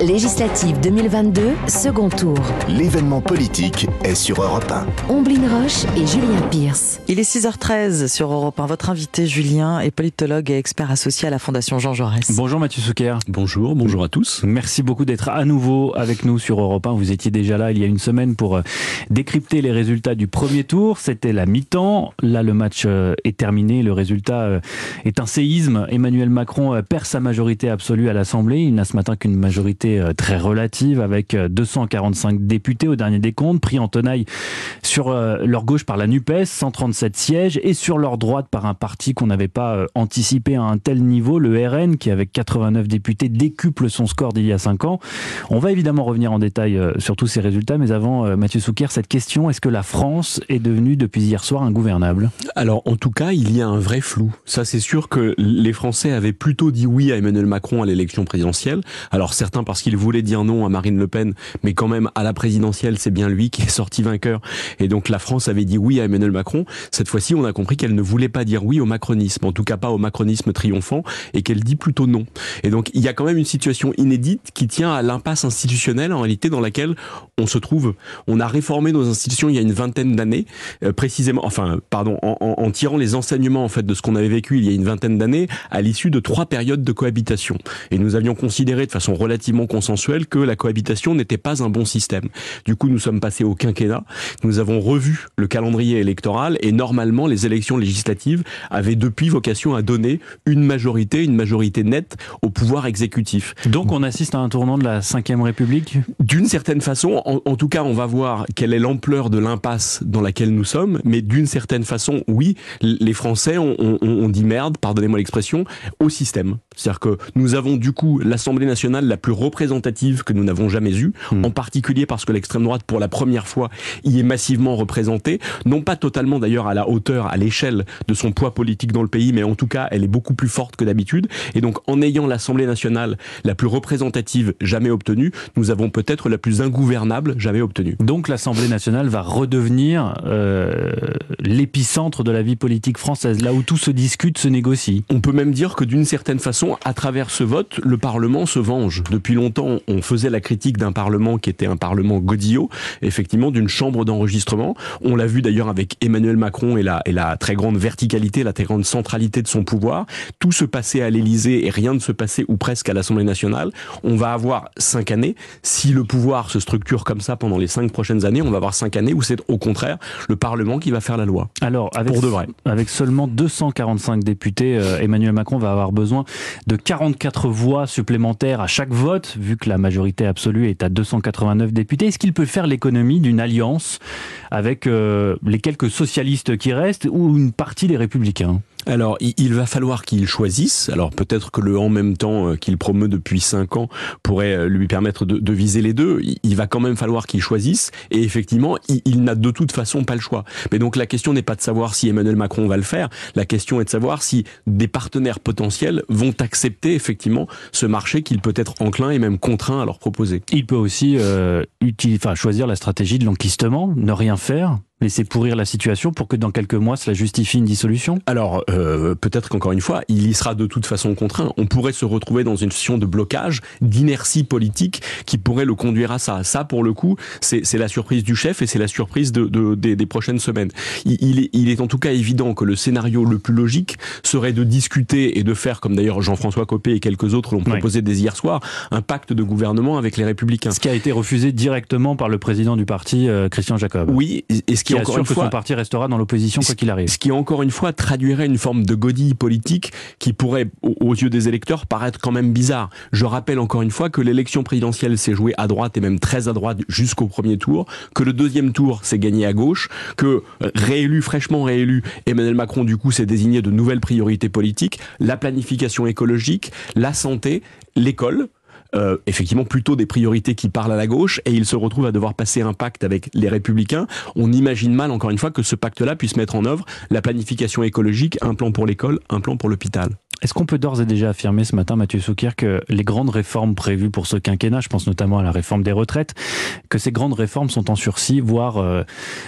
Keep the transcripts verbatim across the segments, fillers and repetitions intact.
Législative deux mille vingt-deux, second tour. L'événement politique est sur Europe un. Omblin Roche et Julien Pierce. Il est six heures treize sur Europe un. Votre invité, Julien, est politologue et expert associé à la Fondation Jean Jaurès. Bonjour Mathieu Souker. Bonjour, bonjour à tous. Merci beaucoup d'être à nouveau avec nous sur Europe un. Vous étiez déjà là il y a une semaine pour décrypter les résultats du premier tour. C'était la mi-temps. Là, le match est terminé. Le résultat est un séisme. Emmanuel Macron perd sa majorité absolue à l'Assemblée. Il n'a ce matin qu'une majorité très relative avec deux cent quarante-cinq députés au dernier décompte, pris en tenaille sur leur gauche par la NUPES, cent trente-sept sièges, et sur leur droite par un parti qu'on n'avait pas anticipé à un tel niveau, le R N, qui avec quatre-vingt-neuf députés décuple son score d'il y a cinq ans. On va évidemment revenir en détail sur tous ces résultats, mais avant, Mathieu Souker, cette question, est-ce que la France est devenue depuis hier soir ingouvernable ? Alors, en tout cas, il y a un vrai flou. Ça, c'est sûr que les Français avaient plutôt dit oui à Emmanuel Macron à l'élection présidentielle. Alors, certains parce qu'ils voulaient dire non à Marine Le Pen, mais quand même, à la présidentielle, c'est bien lui qui est sorti vainqueur. Et donc, la France avait dit oui à Emmanuel Macron. Cette fois-ci, on a compris qu'elle ne voulait pas dire oui au macronisme, en tout cas pas au macronisme triomphant, et qu'elle dit plutôt non. Et donc, il y a quand même une situation inédite qui tient à l'impasse institutionnelle, en réalité, dans laquelle on se trouve. On a réformé nos institutions il y a une vingtaine d'années, euh, précisément, enfin, pardon, en, en, en tirant les enseignements, en fait, de ce qu'on avait vécu il y a une vingtaine d'années, à l'issue de trois périodes de cohabitation. Et nous avions considéré de façon relativement consensuelle que la cohabitation n'était pas un bon système. Du coup, nous sommes passés au quinquennat. Nous avons revu le calendrier électoral et normalement, les élections législatives avaient depuis vocation à donner une majorité, une majorité nette au pouvoir exécutif. Donc, on assiste à un tournant de la cinquième République ? D'une certaine façon, en, en tout cas, on va voir quelle est l'ampleur de l'impasse dans laquelle nous sommes, mais d'une certaine façon, oui, les Français ont, ont, ont dit merde, pardonnez-moi l'expression, au système. C'est-à-dire que nous avons du coup l'Assemblée nationale la plus représentative que nous n'avons jamais eue, mmh. en particulier parce que l'extrême droite, pour la première fois, y est massivement représentée, non pas totalement d'ailleurs à la hauteur, à l'échelle de son poids politique dans le pays, mais en tout cas, elle est beaucoup plus forte que d'habitude. Et donc, en ayant l'Assemblée nationale la plus représentative jamais obtenue, nous avons peut-être la plus ingouvernable jamais obtenue. Donc, l'Assemblée nationale va redevenir euh, l'épicentre de la vie politique française, là où tout se discute, se négocie. On peut même dire que d'une certaine façon, à travers ce vote, le Parlement se venge. Depuis longtemps, on faisait la critique d'un Parlement qui était un Parlement godillot, effectivement, d'une chambre d'enregistrement. On l'a vu d'ailleurs avec Emmanuel Macron et la, et la très grande verticalité, la très grande centralité de son pouvoir. Tout se passait à l'Élysée et rien ne se passait ou presque à l'Assemblée nationale. On va avoir cinq années. Si le pouvoir se structure comme ça pendant les cinq prochaines années, on va avoir cinq années où c'est au contraire le Parlement qui va faire la loi. Alors, avec, pour de vrai. Avec seulement deux cent quarante-cinq députés, euh, Emmanuel Macron va avoir besoin de quarante-quatre voix supplémentaires à chaque vote, vu que la majorité absolue est à deux cent quatre-vingt-neuf députés. Est-ce qu'il peut faire l'économie d'une alliance avec euh, les quelques socialistes qui restent ou une partie des républicains ? Alors, il va falloir qu'il choisisse. Alors, peut-être que le « en même temps » qu'il promeut depuis cinq ans pourrait lui permettre de, de viser les deux. Il va quand même falloir qu'il choisisse. Et effectivement, il, il n'a de toute façon pas le choix. Mais donc, la question n'est pas de savoir si Emmanuel Macron va le faire. La question est de savoir si des partenaires potentiels vont accepter effectivement ce marché qu'il peut être enclin et même contraint à leur proposer. Il peut aussi euh, utiliser, enfin, choisir la stratégie de l'enquistement, ne rien faire, laisser pourrir la situation pour que dans quelques mois cela justifie une dissolution ? Alors, euh, peut-être qu'encore une fois, il y sera de toute façon contraint. On pourrait se retrouver dans une situation de blocage, d'inertie politique qui pourrait le conduire à ça. Ça, pour le coup, c'est, c'est la surprise du chef et c'est la surprise de, de, des, des prochaines semaines. Il, il, est, il est en tout cas évident que le scénario le plus logique serait de discuter et de faire, comme d'ailleurs Jean-François Copé et quelques autres l'ont proposé oui. dès hier soir, un pacte de gouvernement avec les Républicains. Ce qui a été refusé directement par le président du parti, euh, Christian Jacob. Oui, et ce qui, qui encore une que fois, son parti restera dans l'opposition quoi qu'il arrive. Ce qui encore une fois traduirait une forme de godille politique qui pourrait, aux yeux des électeurs, paraître quand même bizarre. Je rappelle encore une fois que l'élection présidentielle s'est jouée à droite et même très à droite jusqu'au premier tour, que le deuxième tour s'est gagné à gauche, que réélu, fraîchement réélu, Emmanuel Macron du coup s'est désigné de nouvelles priorités politiques, la planification écologique, la santé, l'école. Euh, effectivement plutôt des priorités qui parlent à la gauche, et il se retrouve à devoir passer un pacte avec les Républicains. On imagine mal, encore une fois, que ce pacte-là puisse mettre en œuvre la planification écologique, un plan pour l'école, un plan pour l'hôpital. Est-ce qu'on peut d'ores et déjà affirmer ce matin, Mathieu Souker, que les grandes réformes prévues pour ce quinquennat, je pense notamment à la réforme des retraites, que ces grandes réformes sont en sursis, voire euh, mort-nées ?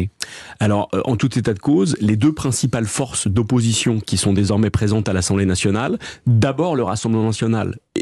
Alors, euh, en tout état de cause, les deux principales forces d'opposition qui sont désormais présentes à l'Assemblée nationale, d'abord le Rassemblement national,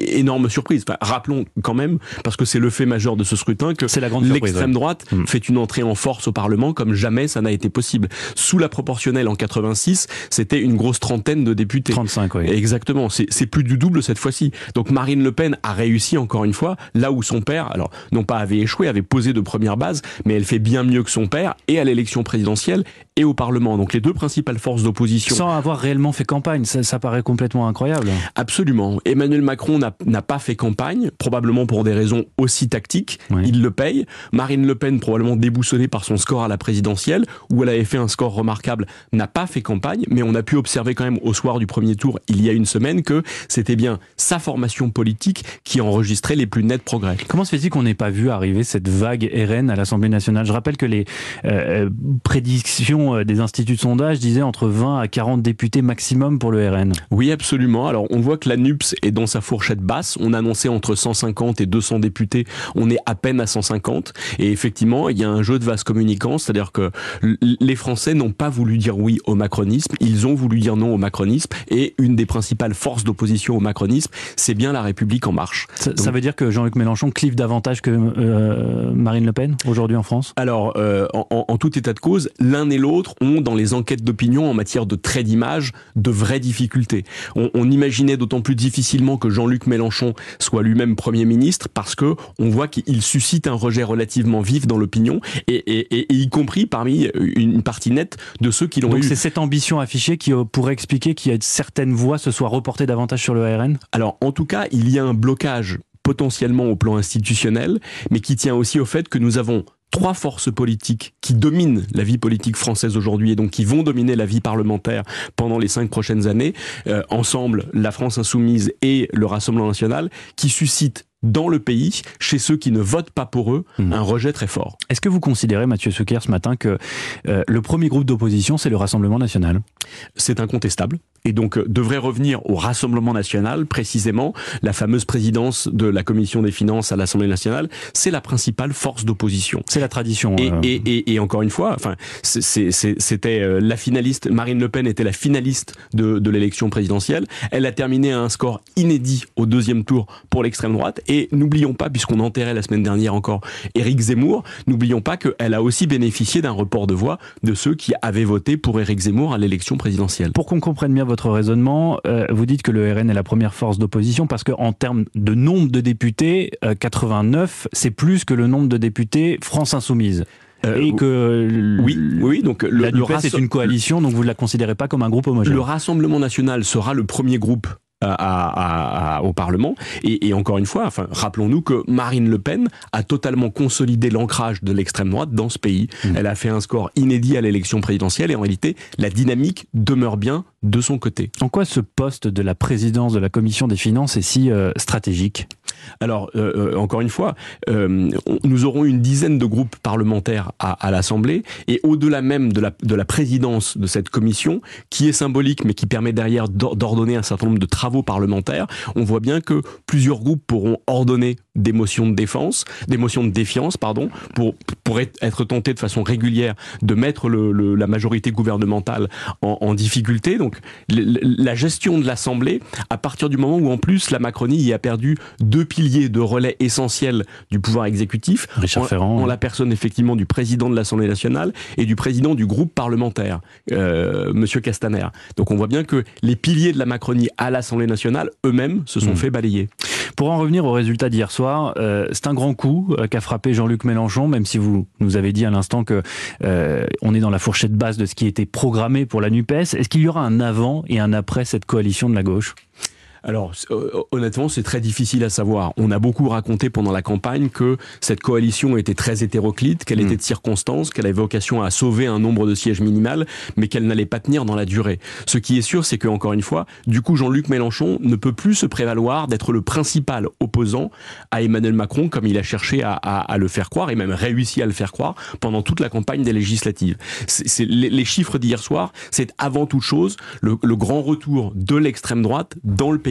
énorme surprise. Enfin, rappelons quand même, parce que c'est le fait majeur de ce scrutin, que c'est la grande surprise, l'extrême ouais. droite mmh. fait une entrée en force au Parlement comme jamais ça n'a été possible. Sous la proportionnelle en quatre-vingt-six, c'était une grosse trentaine de députés. trente-cinq, oui. Exactement, c'est, c'est plus du double cette fois-ci. Donc Marine Le Pen a réussi encore une fois, là où son père, alors non pas avait échoué, avait posé de première base, mais elle fait bien mieux que son père, et à l'élection présidentielle, et au Parlement. Donc les deux principales forces d'opposition. Sans avoir réellement fait campagne, ça, ça paraît complètement incroyable. Absolument. Emmanuel Macron n'a, n'a pas fait campagne, probablement pour des raisons aussi tactiques, oui. il le paye. Marine Le Pen, probablement déboussolée par son score à la présidentielle, où elle avait fait un score remarquable, n'a pas fait campagne, mais on a pu observer quand même au soir du premier tour, il y a une semaine, que c'était bien sa formation politique qui enregistrait les plus nets progrès. Comment se fait-il qu'on n'ait pas vu arriver cette vague R N à l'Assemblée nationale ? Je rappelle que les euh, prédictions des instituts de sondage disaient entre vingt à quarante députés maximum pour le R N. Oui, absolument. Alors, on voit que la N U P S est dans sa fourchette basse. On annonçait entre cent cinquante et deux cents députés. On est à peine à cent cinquante. Et effectivement, il y a un jeu de vase communicant, c'est-à-dire que les Français n'ont pas voulu dire oui au macronisme. Ils ont voulu dire non au macronisme. Et une des principales forces d'opposition au macronisme, c'est bien La République En Marche. Ça, Donc, ça veut dire que Jean-Luc Mélenchon clive davantage que euh, Marine Le Pen aujourd'hui en France ? Alors, euh, en, en tout état de cause, l'un et l'autre ont, dans les enquêtes d'opinion en matière de traits d'image, de vraies difficultés. On, on imaginait d'autant plus difficilement que Jean-Luc Mélenchon soit lui-même Premier ministre parce que on voit qu'il suscite un rejet relativement vif dans l'opinion et, et, et, et y compris parmi une partie nette de ceux qui l'ont Donc eu. Donc c'est cette ambition affichée qui pourrait expliquer qu'il y a certaines voix se soient reportées davantage sur le R N ? Alors, en tout cas, il y a un blocage potentiellement au plan institutionnel, mais qui tient aussi au fait que nous avons trois forces politiques qui dominent la vie politique française aujourd'hui et donc qui vont dominer la vie parlementaire pendant les cinq prochaines années. Euh, ensemble, la France Insoumise et le Rassemblement National, qui suscitent dans le pays, chez ceux qui ne votent pas pour eux, mmh. un rejet très fort. Est-ce que vous considérez, Mathieu Souker, ce matin, que euh, le premier groupe d'opposition, c'est le Rassemblement National ? C'est incontestable. Et donc, euh, devrait revenir au Rassemblement National, précisément, la fameuse présidence de la Commission des Finances à l'Assemblée nationale, c'est la principale force d'opposition. C'est la tradition. Et, euh... et, et, et encore une fois, enfin, c'est, c'est, c'était euh, la finaliste, Marine Le Pen était la finaliste de, de l'élection présidentielle. Elle a terminé à un score inédit au deuxième tour pour l'extrême droite. Et n'oublions pas, puisqu'on enterrait la semaine dernière encore Éric Zemmour, n'oublions pas qu'elle a aussi bénéficié d'un report de voix de ceux qui avaient voté pour Éric Zemmour à l'élection présidentielle. Pour qu'on comprenne bien votre raisonnement, euh, vous dites que le R N est la première force d'opposition parce qu'en termes de nombre de députés, euh, quatre-vingt-neuf, c'est plus que le nombre de députés France Insoumise. Euh, et que oui, oui, donc le, la N U P E S est une coalition, donc vous ne la considérez pas comme un groupe homogène. Le Rassemblement National sera le premier groupe À, à, à, au Parlement et, et encore une fois, enfin, rappelons-nous que Marine Le Pen a totalement consolidé l'ancrage de l'extrême droite dans ce pays. Mmh. Elle a fait un score inédit à l'élection présidentielle et en réalité, la dynamique demeure bien de son côté. En quoi ce poste de la présidence de la Commission des Finances est si euh, stratégique ? Alors, euh, encore une fois, euh, on, nous aurons une dizaine de groupes parlementaires à, à l'Assemblée, et au-delà même de la, de la présidence de cette commission, qui est symbolique, mais qui permet derrière d'ordonner un certain nombre de travaux parlementaires, on voit bien que plusieurs groupes pourront ordonner des motions de défense, des motions de défiance, pardon, pour, pour être tentés de façon régulière de mettre le, le, la majorité gouvernementale en, en difficulté. Donc, le, la gestion de l'Assemblée, à partir du moment où en plus la Macronie y a perdu deux piliers de relais essentiels du pouvoir exécutif, Richard en, Ferrand, en la personne effectivement du président de l'Assemblée nationale et du président du groupe parlementaire, euh, Monsieur Castaner. Donc on voit bien que les piliers de la Macronie à l'Assemblée nationale, eux-mêmes, se sont mmh. fait balayer. Pour en revenir au résultat d'hier soir, euh, c'est un grand coup euh, qu'a frappé Jean-Luc Mélenchon, même si vous nous avez dit à l'instant que euh, on est dans la fourchette basse de ce qui était programmé pour la N U P E S. Est-ce qu'il y aura un avant et un après cette coalition de la gauche ? Alors, euh, honnêtement, c'est très difficile à savoir. On a beaucoup raconté pendant la campagne que cette coalition était très hétéroclite, qu'elle mmh. était de circonstance, qu'elle avait vocation à sauver un nombre de sièges minimal, mais qu'elle n'allait pas tenir dans la durée. Ce qui est sûr, c'est que, encore une fois, du coup, Jean-Luc Mélenchon ne peut plus se prévaloir d'être le principal opposant à Emmanuel Macron, comme il a cherché à, à, à le faire croire, et même réussi à le faire croire pendant toute la campagne des législatives. C'est, c'est, les, les chiffres d'hier soir, c'est avant toute chose le, le grand retour de l'extrême droite dans le pays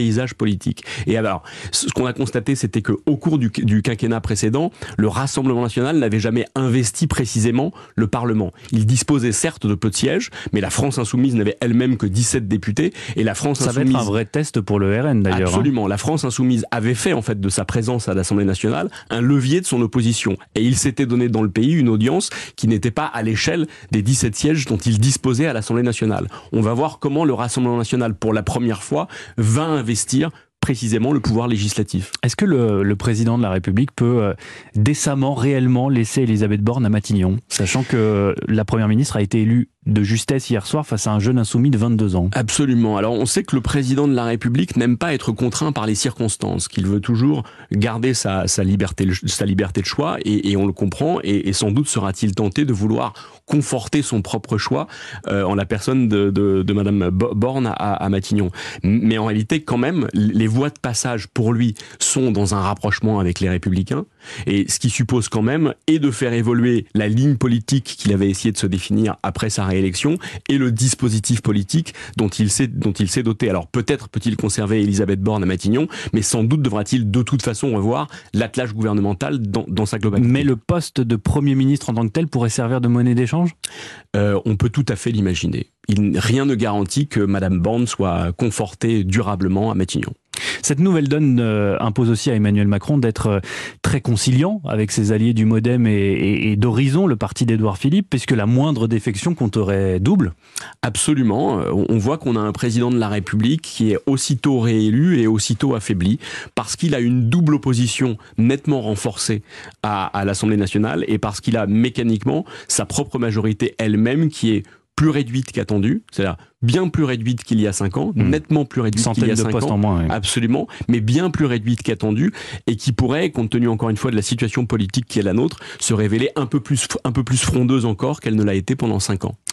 paysage politique. Et alors, ce qu'on a constaté, c'était qu'au cours du, du quinquennat précédent, le Rassemblement national n'avait jamais investi précisément le Parlement. Il disposait certes de peu de sièges, mais la France insoumise n'avait elle-même que dix-sept députés, et la France Ça insoumise... va être un vrai test pour le R N d'ailleurs. Absolument. Hein. La France insoumise avait fait, en fait, de sa présence à l'Assemblée nationale un levier de son opposition. Et il s'était donné dans le pays une audience qui n'était pas à l'échelle des dix-sept sièges dont il disposait à l'Assemblée nationale. On va voir comment le Rassemblement national, pour la première fois, va investir précisément le pouvoir législatif. Est-ce que le, le président de la République peut euh, décemment, réellement laisser Elisabeth Borne à Matignon, sachant que la première ministre a été élue de justesse hier soir face à un jeune insoumis de vingt-deux ans? Absolument. Alors on sait que le président de la République n'aime pas être contraint par les circonstances, qu'il veut toujours garder sa, sa, liberté, sa liberté de choix, et, et on le comprend, et, et sans doute sera-t-il tenté de vouloir conforter son propre choix euh, en la personne de, de, de Madame Borne à, à Matignon. Mais en réalité, quand même, les voies de passage pour lui sont dans un rapprochement avec les Républicains, et ce qui suppose quand même et de faire évoluer la ligne politique qu'il avait essayé de se définir après sa réélection et le dispositif politique dont il s'est dont il s'est doté. Alors peut-être peut-il conserver Elisabeth Borne à Matignon, mais sans doute devra-t-il de toute façon revoir l'attelage gouvernemental dans, dans sa globalité. Mais le poste de Premier ministre en tant que tel pourrait servir de monnaie d'échange ? euh, On peut tout à fait l'imaginer. Il, rien ne garantit que Madame Borne soit confortée durablement à Matignon. Cette nouvelle donne euh, impose aussi à Emmanuel Macron d'être euh, très conciliant avec ses alliés du Modem et, et, et d'Horizon, le parti d'Édouard Philippe, puisque la moindre défection compterait double. Absolument. On voit qu'on a un président de la République qui est aussitôt réélu et aussitôt affaibli, parce qu'il a une double opposition nettement renforcée à, à l'Assemblée nationale, et parce qu'il a mécaniquement sa propre majorité elle-même qui est plus réduite qu'attendue, c'est-à-dire bien plus réduite qu'il y a cinq ans, mmh. nettement plus réduite qu'il y a cinq ans, de postes en moins, oui. Absolument, mais bien plus réduite qu'attendue, et qui pourrait, compte tenu encore une fois de la situation politique qui est la nôtre, se révéler un peu plus, un peu plus frondeuse encore qu'elle ne l'a été pendant cinq ans.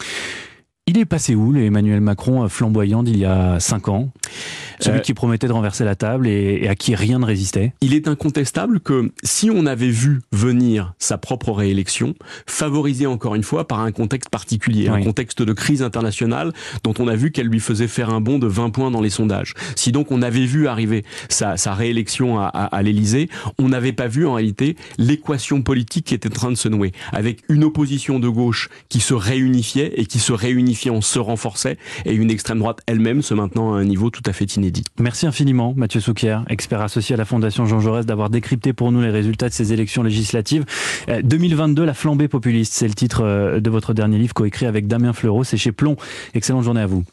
Il est passé où, l'Emmanuel Macron flamboyant d'il y a cinq ans ? Celui euh, qui promettait de renverser la table et, et à qui rien ne résistait. Il est incontestable que si on avait vu venir sa propre réélection, favorisée encore une fois par un contexte particulier, oui. un contexte de crise internationale dont on a vu qu'elle lui faisait faire un bond de vingt points dans les sondages. Si donc on avait vu arriver sa, sa réélection à, à, à l'Élysée, on n'avait pas vu en réalité l'équation politique qui était en train de se nouer, avec une opposition de gauche qui se réunifiait et qui se réunifiant se renforçait, et une extrême droite elle-même se maintenant à un niveau tout à fait inédit. Merci infiniment Mathieu Souquier, expert associé à la Fondation Jean Jaurès, d'avoir décrypté pour nous les résultats de ces élections législatives. deux mille vingt-deux, la flambée populiste, c'est le titre de votre dernier livre coécrit avec Damien Fleureau, c'est chez Plomb. Excellente journée à vous.